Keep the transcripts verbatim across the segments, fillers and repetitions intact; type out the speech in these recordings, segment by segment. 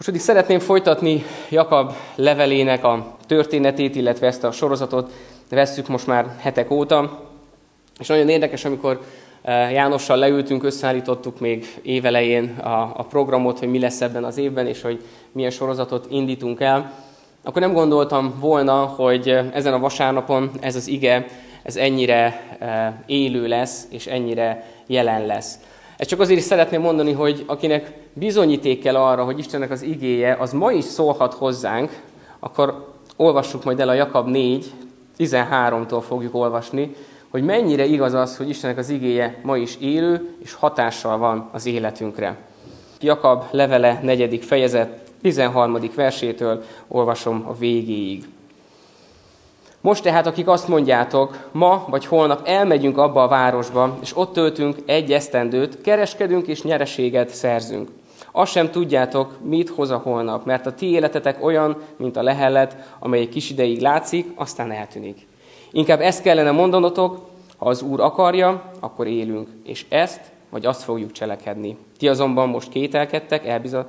Most pedig szeretném folytatni Jakab levelének a történetét, illetve ezt a sorozatot vesszük most már hetek óta. És nagyon érdekes, amikor Jánossal leültünk, összeállítottuk még évelején a, a programot, hogy mi lesz ebben az évben, és hogy milyen sorozatot indítunk el. Akkor nem gondoltam volna, hogy ezen a vasárnapon ez az ige, ez ennyire élő lesz, és ennyire jelen lesz. Ezt csak azért is szeretném mondani, hogy akinek bizonyíték kell arra, hogy Istennek az igéje, az ma is szólhat hozzánk, akkor olvassuk majd el a Jakab négy, tizenháromtól fogjuk olvasni, hogy mennyire igaz az, hogy Istennek az igéje ma is élő, és hatással van az életünkre. Jakab levele negyedik fejezet, tizenharmadik versétől olvasom a végéig. Most tehát, akik azt mondjátok, ma vagy holnap elmegyünk abba a városba, és ott töltünk egy esztendőt, kereskedünk és nyereséget szerzünk. Azt sem tudjátok, mit hoz a holnap, mert a ti életetek olyan, mint a lehellet, amely egy kis ideig látszik, aztán eltűnik. Inkább ezt kellene mondanotok, ha az Úr akarja, akkor élünk, és ezt vagy azt fogjuk cselekedni. Ti azonban most kételkedtek,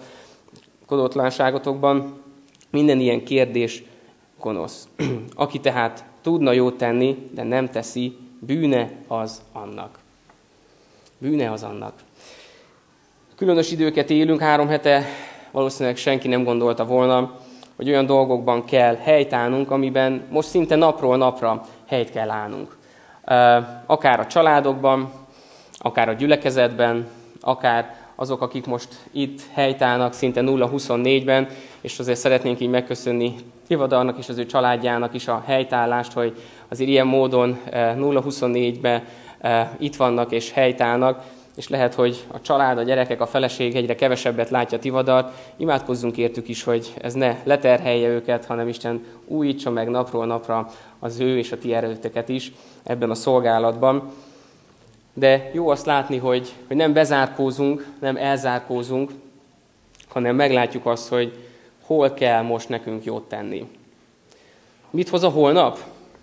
elbizakodotlanságotokban, minden ilyen kérdés gonosz. Aki tehát tudna jót tenni, de nem teszi, bűne az annak. Bűne az annak. Különös időket élünk, három hete valószínűleg senki nem gondolta volna, hogy olyan dolgokban kell helyt állnunk, amiben most szinte napról napra helyt kell állnunk. Akár a családokban, akár a gyülekezetben, akár azok, akik most itt helyt állnak szinte nulla huszonnégyben, és azért szeretnénk így megköszönni Tivadarnak és az ő családjának is a helytállást, hogy azért ilyen módon nulla huszonnégyben itt vannak és helyt állnak, és lehet, hogy a család, a gyerekek, a feleség egyre kevesebbet látja Tivadart. Imádkozzunk értük is, hogy ez ne leterhelje őket, hanem Isten újítsa meg napról napra az ő és a ti erőteket is ebben a szolgálatban. De jó azt látni, hogy, hogy nem bezárkózunk, nem elzárkózunk, hanem meglátjuk azt, hogy hol kell most nekünk jót tenni. Mit hoz a holnap?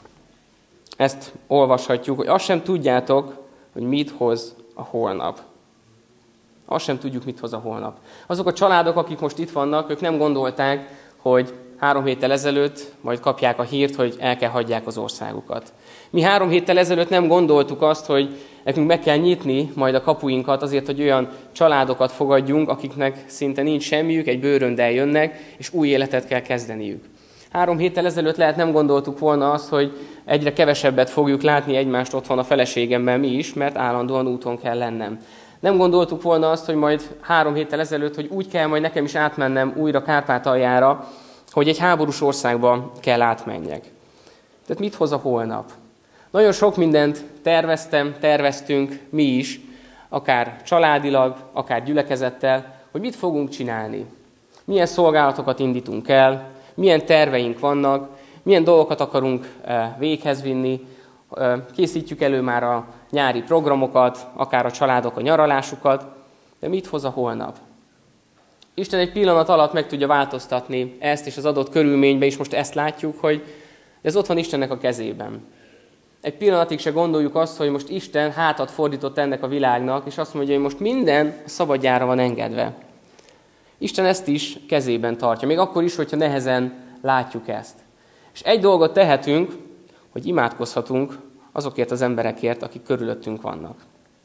Ezt olvashatjuk, hogy azt sem tudjátok, hogy mit hoz a holnap. Azt sem tudjuk, mit hoz a holnap. Azok a családok, akik most itt vannak, ők nem gondolták, hogy három héttel ezelőtt majd kapják a hírt, hogy el kell hagyják az országukat. Mi három héttel ezelőtt nem gondoltuk azt, hogy nekünk meg kell nyitni majd a kapuinkat azért, hogy olyan családokat fogadjunk, akiknek szinte nincs semmiük, egy bőröndel jönnek, és új életet kell kezdeniük. Három héttel ezelőtt lehet nem gondoltuk volna azt, hogy egyre kevesebbet fogjuk látni egymást otthon a feleségemmel mi is, mert állandóan úton kell lennem. Nem gondoltuk volna azt, hogy majd három héttel ezelőtt, hogy úgy kell majd nekem is átmennem újra Kárpátaljára, hogy egy háborús országba kell átmenjek. Tehát mit hoz a holnap? Nagyon sok mindent terveztem, terveztünk mi is, akár családilag, akár gyülekezettel, hogy mit fogunk csinálni. Milyen szolgálatokat indítunk el, milyen terveink vannak, milyen dolgokat akarunk véghez vinni, készítjük elő már a nyári programokat, akár a családok a nyaralásukat, de mit hoz a holnap? Isten egy pillanat alatt meg tudja változtatni ezt és az adott körülménybe, és most ezt látjuk, hogy ez ott van Istennek a kezében. Egy pillanatig se gondoljuk azt, hogy most Isten hátat fordított ennek a világnak, és azt mondja, hogy most minden szabadjára van engedve. Isten ezt is kezében tartja, még akkor is, hogyha nehezen látjuk ezt. És egy dolgot tehetünk, hogy imádkozhatunk azokért az emberekért, akik körülöttünk vannak.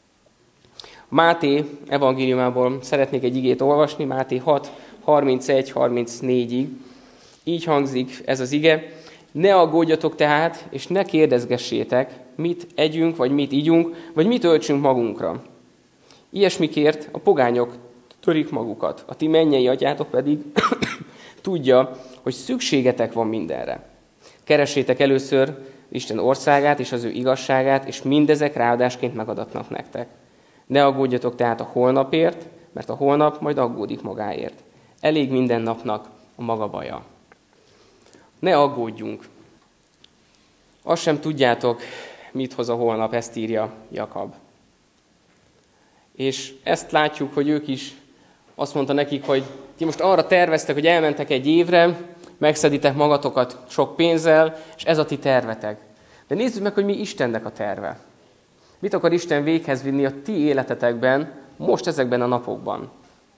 Máté evangéliumából szeretnék egy igét olvasni, Máté hat, harmincegy harmincnégyig. Így hangzik ez az ige: ne aggódjatok tehát, és ne kérdezgessétek, mit együnk, vagy mit igyunk, vagy mit öltsünk magunkra. Ilyesmikért a pogányok törik magukat, a ti mennyei atyátok pedig tudja, hogy szükségetek van mindenre. Keressétek először Isten országát és az ő igazságát, és mindezek ráadásként megadatnak nektek. Ne aggódjatok tehát a holnapért, mert a holnap majd aggódik magáért. Elég minden napnak a maga baja. Ne aggódjunk. Azt sem tudjátok, mit hoz a holnap, ezt írja Jakab. És ezt látjuk, hogy ők is azt mondta nekik, hogy ti most arra terveztek, hogy elmentek egy évre, megszeditek magatokat sok pénzzel, és ez a ti tervetek. De nézzük meg, hogy mi Istennek a terve. Mit akar Isten véghez vinni a ti életetekben, most ezekben a napokban.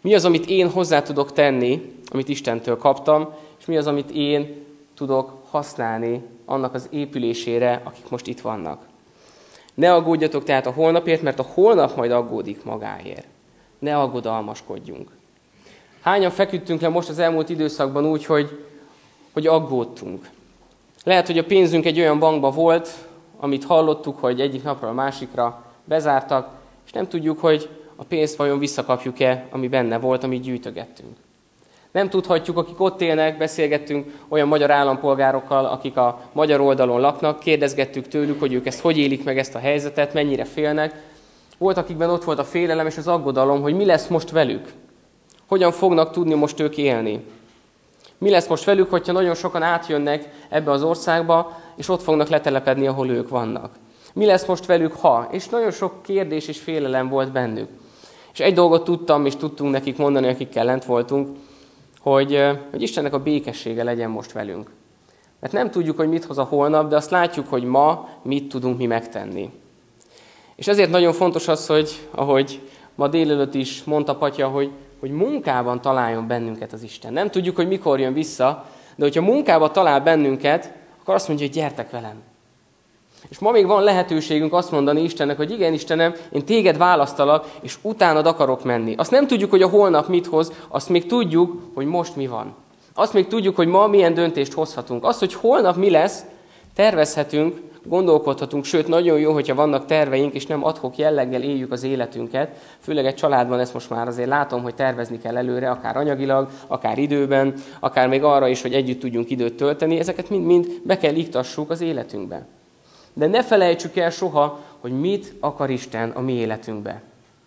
Mi az, amit én hozzá tudok tenni, amit Istentől kaptam, és mi az, amit én tudok használni annak az épülésére, akik most itt vannak. Ne aggódjatok tehát a holnapért, mert a holnap majd aggódik magáért. Ne aggodalmaskodjunk. Hányan feküdtünk le most az elmúlt időszakban úgy, hogy, hogy aggódtunk. Lehet, hogy a pénzünk egy olyan bankba volt, amit hallottuk, hogy egyik napra a másikra bezártak, és nem tudjuk, hogy a pénzt vajon visszakapjuk-e, ami benne volt, amit gyűjtögettünk. Nem tudhatjuk, akik ott élnek, beszélgettünk olyan magyar állampolgárokkal, akik a magyar oldalon laknak, kérdezgettük tőlük, hogy ők ezt hogy élik meg ezt a helyzetet, mennyire félnek. Volt, akikben ott volt a félelem és az aggodalom, hogy mi lesz most velük. Hogyan fognak tudni most ők élni. Mi lesz most velük, hogyha nagyon sokan átjönnek ebbe az országba, és ott fognak letelepedni, ahol ők vannak. Mi lesz most velük, ha? És nagyon sok kérdés és félelem volt bennük. És egy dolgot tudtam, és tudtunk nekik mondani, akikkel lent voltunk, hogy, hogy Istennek a békessége legyen most velünk. Mert nem tudjuk, hogy mit hoz a holnap, de azt látjuk, hogy ma mit tudunk mi megtenni. És ezért nagyon fontos az, hogy ahogy ma délelőtt is mondta Patya, hogy, hogy munkában találjon bennünket az Isten. Nem tudjuk, hogy mikor jön vissza, de hogyha munkában talál bennünket, akkor azt mondja, hogy gyertek velem. És ma még van lehetőségünk azt mondani Istennek, hogy igen, Istenem, én téged választalak, és utánad akarok menni. Azt nem tudjuk, hogy a holnap mit hoz, azt még tudjuk, hogy most mi van. Azt még tudjuk, hogy ma milyen döntést hozhatunk. Azt, hogy holnap mi lesz, tervezhetünk, gondolkodhatunk, sőt, nagyon jó, hogyha vannak terveink, és nem ad-hoc jelleggel éljük az életünket. Főleg egy családban ezt most már azért látom, hogy tervezni kell előre, akár anyagilag, akár időben, akár még arra is, hogy együtt tudjunk időt tölteni. Ezeket mind-mind be kell iktassuk az életünkbe. De ne felejtsük el soha, hogy mit akar Isten a mi életünkbe.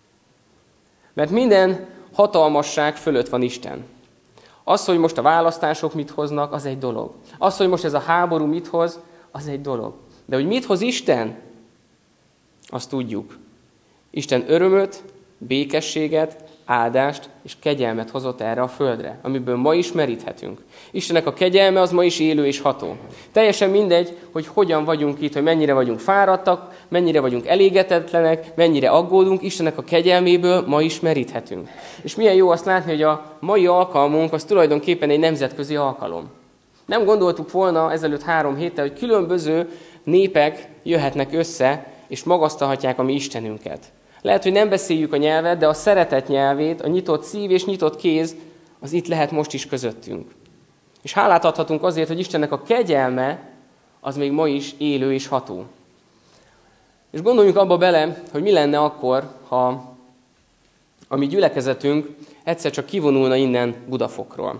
Mert minden hatalmasság fölött van Isten. Az, hogy most a választások mit hoznak, az egy dolog. Az, hogy most ez a háború mit hoz, az egy dolog. De hogy mit hoz Isten, azt tudjuk. Isten örömöt, békességet, áldást és kegyelmet hozott erre a földre, amiből ma is meríthetünk. Istennek a kegyelme az ma is élő és ható. Teljesen mindegy, hogy hogyan vagyunk itt, hogy mennyire vagyunk fáradtak, mennyire vagyunk elégetetlenek, mennyire aggódunk, Istennek a kegyelméből ma is meríthetünk. És milyen jó azt látni, hogy a mai alkalmunk az tulajdonképpen egy nemzetközi alkalom. Nem gondoltuk volna ezelőtt három héttel, hogy különböző népek jöhetnek össze, és magasztalhatják a mi Istenünket. Lehet, hogy nem beszéljük a nyelvet, de a szeretet nyelvét, a nyitott szív és nyitott kéz, az itt lehet most is közöttünk. És hálát adhatunk azért, hogy Istennek a kegyelme, az még ma is élő és ható. És gondoljunk abba bele, hogy mi lenne akkor, ha a mi gyülekezetünk egyszer csak kivonulna innen Budafokról.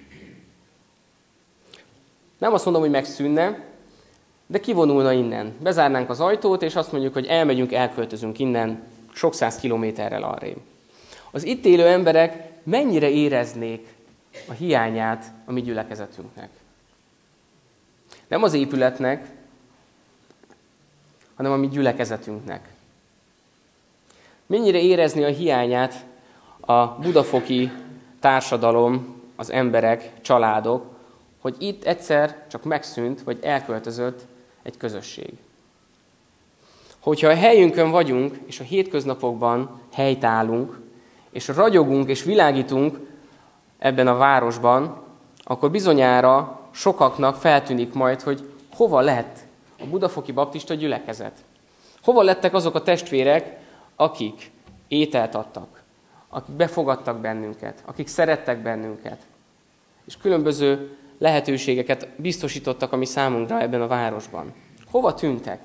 Nem azt mondom, hogy megszűnne, de kivonulna innen. Bezárnánk az ajtót, és azt mondjuk, hogy elmegyünk, elköltözünk innen sok száz kilométerrel arrébb. Az itt élő emberek mennyire éreznék a hiányát a mi gyülekezetünknek? Nem az épületnek, hanem a mi gyülekezetünknek. Mennyire érezni a hiányát a budafoki társadalom, az emberek, családok, hogy itt egyszer csak megszűnt, vagy elköltözött egy közösség. Hogyha a helyünkön vagyunk, és a hétköznapokban helytállunk, és ragyogunk és világítunk ebben a városban, akkor bizonyára sokaknak feltűnik majd, hogy hova lett a budafoki baptista gyülekezet. Hova lettek azok a testvérek, akik ételt adtak, akik befogadtak bennünket, akik szerettek bennünket, és különböző lehetőségeket biztosítottak a mi számunkra ebben a városban. Hova tűntek?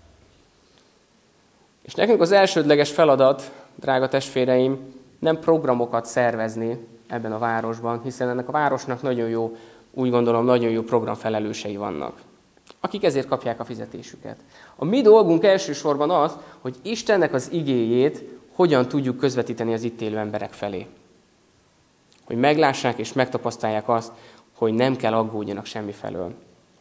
És nekünk az elsődleges feladat, drága testvéreim, nem programokat szervezni ebben a városban, hiszen ennek a városnak nagyon jó, úgy gondolom, nagyon jó programfelelősei vannak, akik ezért kapják a fizetésüket. A mi dolgunk elsősorban az, hogy Istennek az igéjét hogyan tudjuk közvetíteni az itt élő emberek felé. Hogy meglássák és megtapasztalják azt, hogy nem kell aggódjanak semmi felől.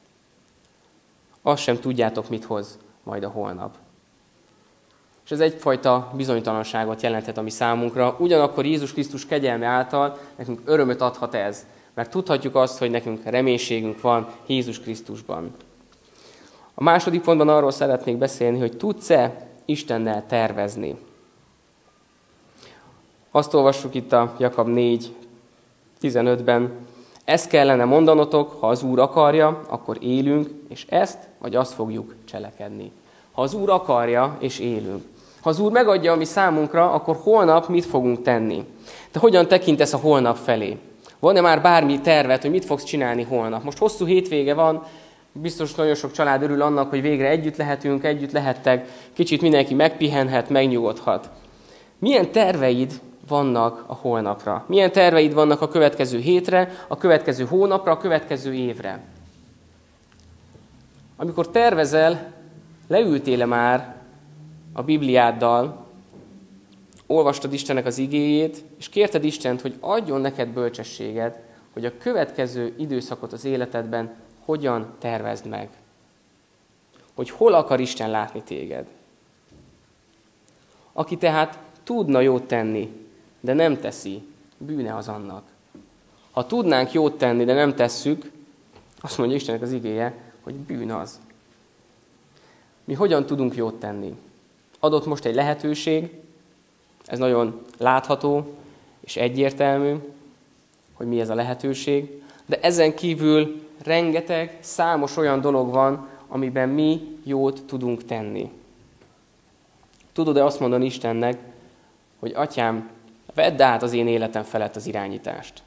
Azt sem tudjátok, mit hoz majd a holnap. És ez egyfajta bizonytalanságot jelenthet a mi számunkra. Ugyanakkor Jézus Krisztus kegyelme által nekünk örömöt adhat ez, mert tudhatjuk azt, hogy nekünk reménységünk van Jézus Krisztusban. A második pontban arról szeretnék beszélni, hogy tudsz-e Istennel tervezni. Azt olvassuk itt a Jakab négy tizenötben. Ezt kellene mondanotok, ha az Úr akarja, akkor élünk, és ezt vagy azt fogjuk cselekedni. Ha az Úr akarja, és élünk. Ha az Úr megadja, ami számunkra, akkor holnap mit fogunk tenni? Te hogyan tekintesz a holnap felé? Van-e már bármi tervet, hogy mit fogsz csinálni holnap? Most hosszú hétvége van, biztos nagyon sok család örül annak, hogy végre együtt lehetünk, együtt lehettek, kicsit mindenki megpihenhet, megnyugodhat. Milyen terveid vannak a holnapra? Milyen terveid vannak a következő hétre, a következő hónapra, a következő évre? Amikor tervezel, leültél-e már a Bibliáddal, olvastad Istennek az igéjét, és kérted Istent, hogy adjon neked bölcsességet, hogy a következő időszakot az életedben hogyan tervezd meg. Hogy hol akar Isten látni téged. Aki tehát tudna jót tenni, de nem teszi, bűne az annak. Ha tudnánk jót tenni, de nem tesszük, azt mondja Istennek az igéje, hogy bűn az. Mi hogyan tudunk jót tenni? Adott most egy lehetőség, ez nagyon látható és egyértelmű, hogy mi ez a lehetőség, de ezen kívül rengeteg, számos olyan dolog van, amiben mi jót tudunk tenni. Tudod-e azt mondani Istennek, hogy Atyám, vedd át az én életem felett az irányítást.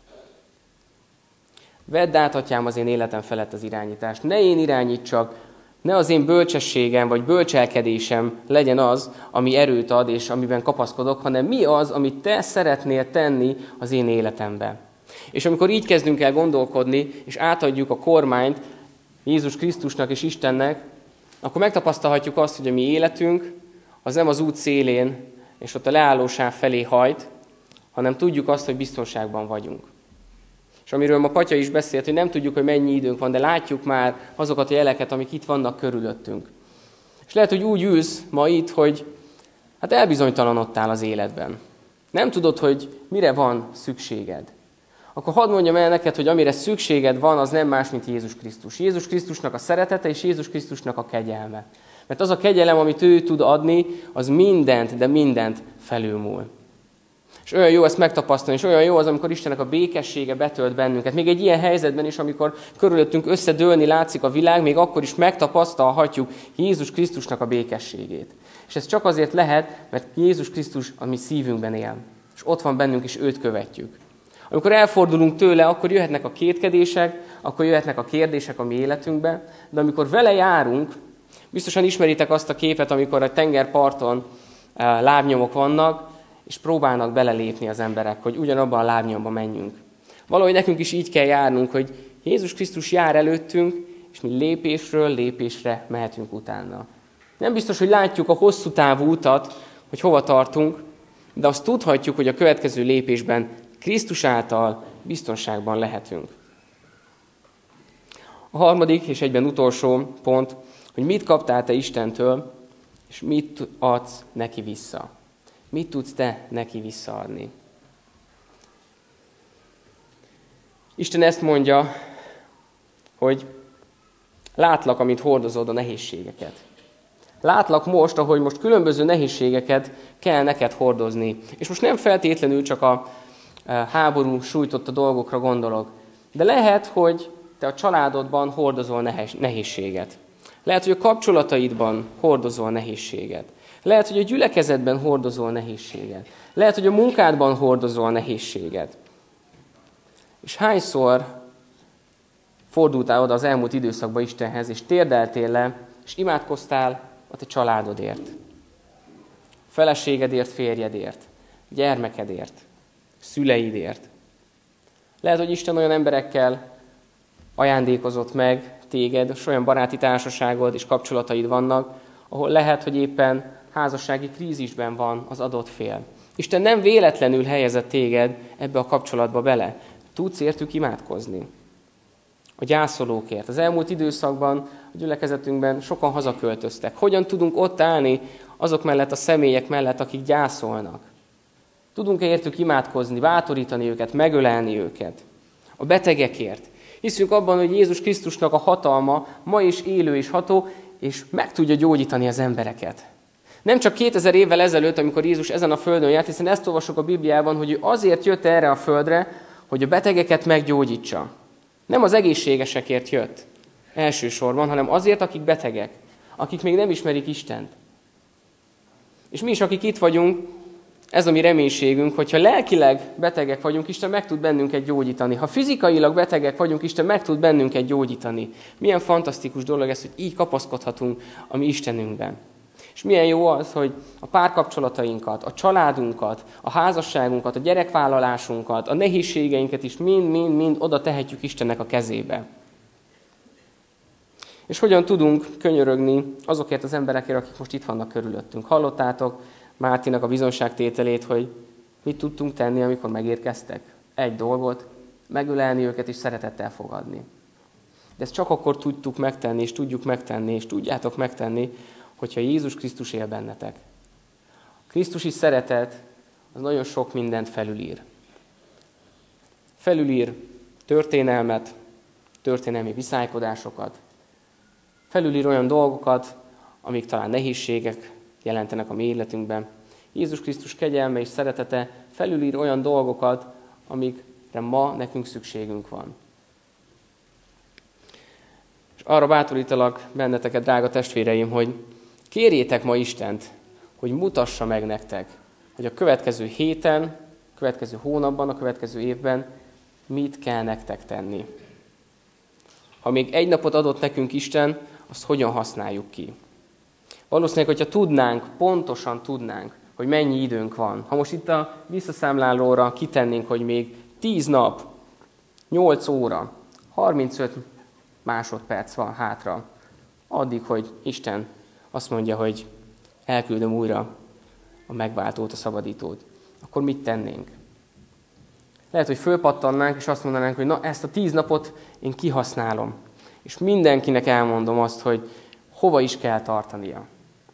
Vedd át, Atyám, az én életem felett az irányítást. Ne én irányítsak, ne az én bölcsességem vagy bölcselkedésem legyen az, ami erőt ad és amiben kapaszkodok, hanem mi az, amit te szeretnél tenni az én életembe. És amikor így kezdünk el gondolkodni, és átadjuk a kormányt Jézus Krisztusnak és Istennek, akkor megtapasztalhatjuk azt, hogy a mi életünk az nem az út szélén, és ott a leállósáv felé hajt, hanem tudjuk azt, hogy biztonságban vagyunk. És amiről ma Patya is beszélt, hogy nem tudjuk, hogy mennyi időnk van, de látjuk már azokat a jeleket, amik itt vannak körülöttünk. És lehet, hogy úgy ülsz ma itt, hogy hát elbizonytalanodtál az életben. Nem tudod, hogy mire van szükséged. Akkor hadd mondjam el neked, hogy amire szükséged van, az nem más, mint Jézus Krisztus. Jézus Krisztusnak a szeretete és Jézus Krisztusnak a kegyelme. Mert az a kegyelem, amit ő tud adni, az mindent, de mindent felülmúl. És olyan jó ezt megtapasztalni, és olyan jó az, amikor Istennek a békessége betölt bennünket. Még egy ilyen helyzetben is, amikor körülöttünk összedőlni látszik a világ, még akkor is megtapasztalhatjuk Jézus Krisztusnak a békességét. És ez csak azért lehet, mert Jézus Krisztus a mi szívünkben él. És ott van bennünk, és őt követjük. Amikor elfordulunk tőle, akkor jöhetnek a kétkedések, akkor jöhetnek a kérdések a mi életünkbe, de amikor vele járunk, biztosan ismeritek azt a képet, amikor a tengerparton lábnyomok vannak, és próbálnak belelépni az emberek, hogy ugyanabban a lábnyomba menjünk. Valahogy nekünk is így kell járnunk, hogy Jézus Krisztus jár előttünk, és mi lépésről lépésre mehetünk utána. Nem biztos, hogy látjuk a hosszú távú utat, hogy hova tartunk, de azt tudhatjuk, hogy a következő lépésben Krisztus által biztonságban lehetünk. A harmadik és egyben utolsó pont, hogy mit kaptál te Istentől, és mit adsz neki vissza. Mit tudsz te neki visszaadni? Isten ezt mondja, hogy látlak, amint hordozod a nehézségeket. Látlak most, ahogy most különböző nehézségeket kell neked hordozni. És most nem feltétlenül csak a háború sújtotta dolgokra gondolok, de lehet, hogy te a családodban hordozol nehézséget. Lehet, hogy a kapcsolataidban hordozol nehézséget. Lehet, hogy a gyülekezetben hordozol nehézséget. Lehet, hogy a munkádban hordozol nehézséget. És hányszor fordultál oda az elmúlt időszakban Istenhez, és térdeltél le, és imádkoztál a te családodért. Feleségedért, férjedért, gyermekedért, szüleidért. Lehet, hogy Isten olyan emberekkel ajándékozott meg téged, és olyan baráti társaságod és kapcsolataid vannak, ahol lehet, hogy éppen házassági krízisben van az adott fél. Isten nem véletlenül helyezett téged ebbe a kapcsolatba bele. Tudsz értük imádkozni. A gyászolókért. Az elmúlt időszakban a gyülekezetünkben sokan hazaköltöztek. Hogyan tudunk ott állni azok mellett, a személyek mellett, akik gyászolnak? Tudunk-e értük imádkozni, bátorítani őket, megölelni őket? A betegekért. Hiszünk abban, hogy Jézus Krisztusnak a hatalma ma is élő és ható, és meg tudja gyógyítani az embereket. Nem csak kétezer évvel ezelőtt, amikor Jézus ezen a földön járt, hiszen ezt olvasok a Bibliában, hogy ő azért jött erre a földre, hogy a betegeket meggyógyítsa. Nem az egészségesekért jött elsősorban, hanem azért, akik betegek, akik még nem ismerik Istent. És mi is, akik itt vagyunk, ez a mi reménységünk, hogyha lelkileg betegek vagyunk, Isten meg tud bennünket gyógyítani. Ha fizikailag betegek vagyunk, Isten meg tud bennünket gyógyítani. Milyen fantasztikus dolog ez, hogy így kapaszkodhatunk a mi Istenünkben. És milyen jó az, hogy a párkapcsolatainkat, a családunkat, a házasságunkat, a gyerekvállalásunkat, a nehézségeinket is mind-mind-mind oda tehetjük Istennek a kezébe. És hogyan tudunk könyörögni azokért az emberekért, akik most itt vannak körülöttünk. Hallottátok Mártinak a bizonságtételét, hogy mit tudtunk tenni, amikor megérkeztek? Egy dolgot, megölelni őket és szeretettel fogadni. De ezt csak akkor tudtuk megtenni, és tudjuk megtenni, és tudjátok megtenni, hogyha Jézus Krisztus él bennetek. A krisztusi szeretet az nagyon sok mindent felülír. Felülír történelmet, történelmi viszálykodásokat, felülír olyan dolgokat, amik talán nehézségek jelentenek a mi életünkben. Jézus Krisztus kegyelme és szeretete felülír olyan dolgokat, amikre ma nekünk szükségünk van. És arra bátorítalak benneteket, drága testvéreim, hogy kérjétek ma Istent, hogy mutassa meg nektek, hogy a következő héten, a következő hónapban, a következő évben mit kell nektek tenni. Ha még egy napot adott nekünk Isten, azt hogyan használjuk ki. Valószínűleg, hogyha tudnánk, pontosan tudnánk, hogy mennyi időnk van. Ha most itt a visszaszámlálóra kitennénk, hogy még tíz nap, nyolc óra, harmincöt másodperc van hátra, addig, hogy Isten azt mondja, hogy elküldöm újra a megváltót, a szabadítót, akkor mit tennénk? Lehet, hogy fölpattannánk, és azt mondanánk, hogy na, ezt a tíz napot én kihasználom. És mindenkinek elmondom azt, hogy hova is kell tartania.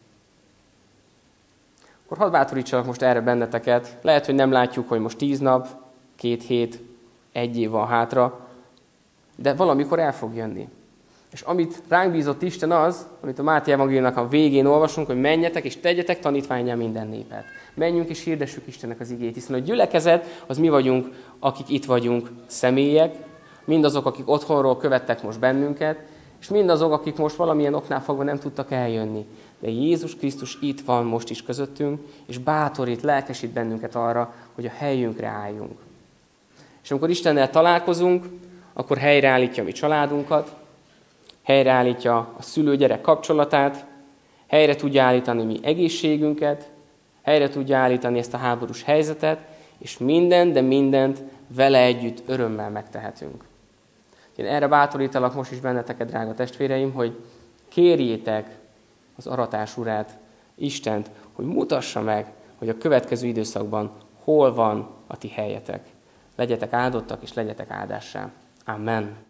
Akkor hadd bátorítsalak most erre benneteket. Lehet, hogy nem látjuk, hogy most tíz nap, két hét, egy év van hátra, de valamikor el fog jönni. És amit ránk bízott Isten az, amit a Máté evangéliumnak a végén olvasunk, hogy menjetek és tegyetek tanítvánnyá minden népet. Menjünk és hirdessük Istennek az igét, hiszen a gyülekezet az mi vagyunk, akik itt vagyunk személyek, mindazok, akik otthonról követtek most bennünket, és mindazok, akik most valamilyen oknál fogva nem tudtak eljönni. De Jézus Krisztus itt van most is közöttünk, és bátorít, lelkesít bennünket arra, hogy a helyünkre álljunk. És amikor Istennel találkozunk, akkor helyreállítja a mi családunkat, helyreállítja a szülő-gyerek kapcsolatát, helyre tudja állítani mi egészségünket, helyre tudja állítani ezt a háborús helyzetet, és mindent, de mindent vele együtt örömmel megtehetünk. Én erre bátorítalak most is benneteket, drága testvéreim, hogy kérjétek az aratás urát, Istent, hogy mutassa meg, hogy a következő időszakban hol van a ti helyetek. Legyetek áldottak, és legyetek áldássá. Amen.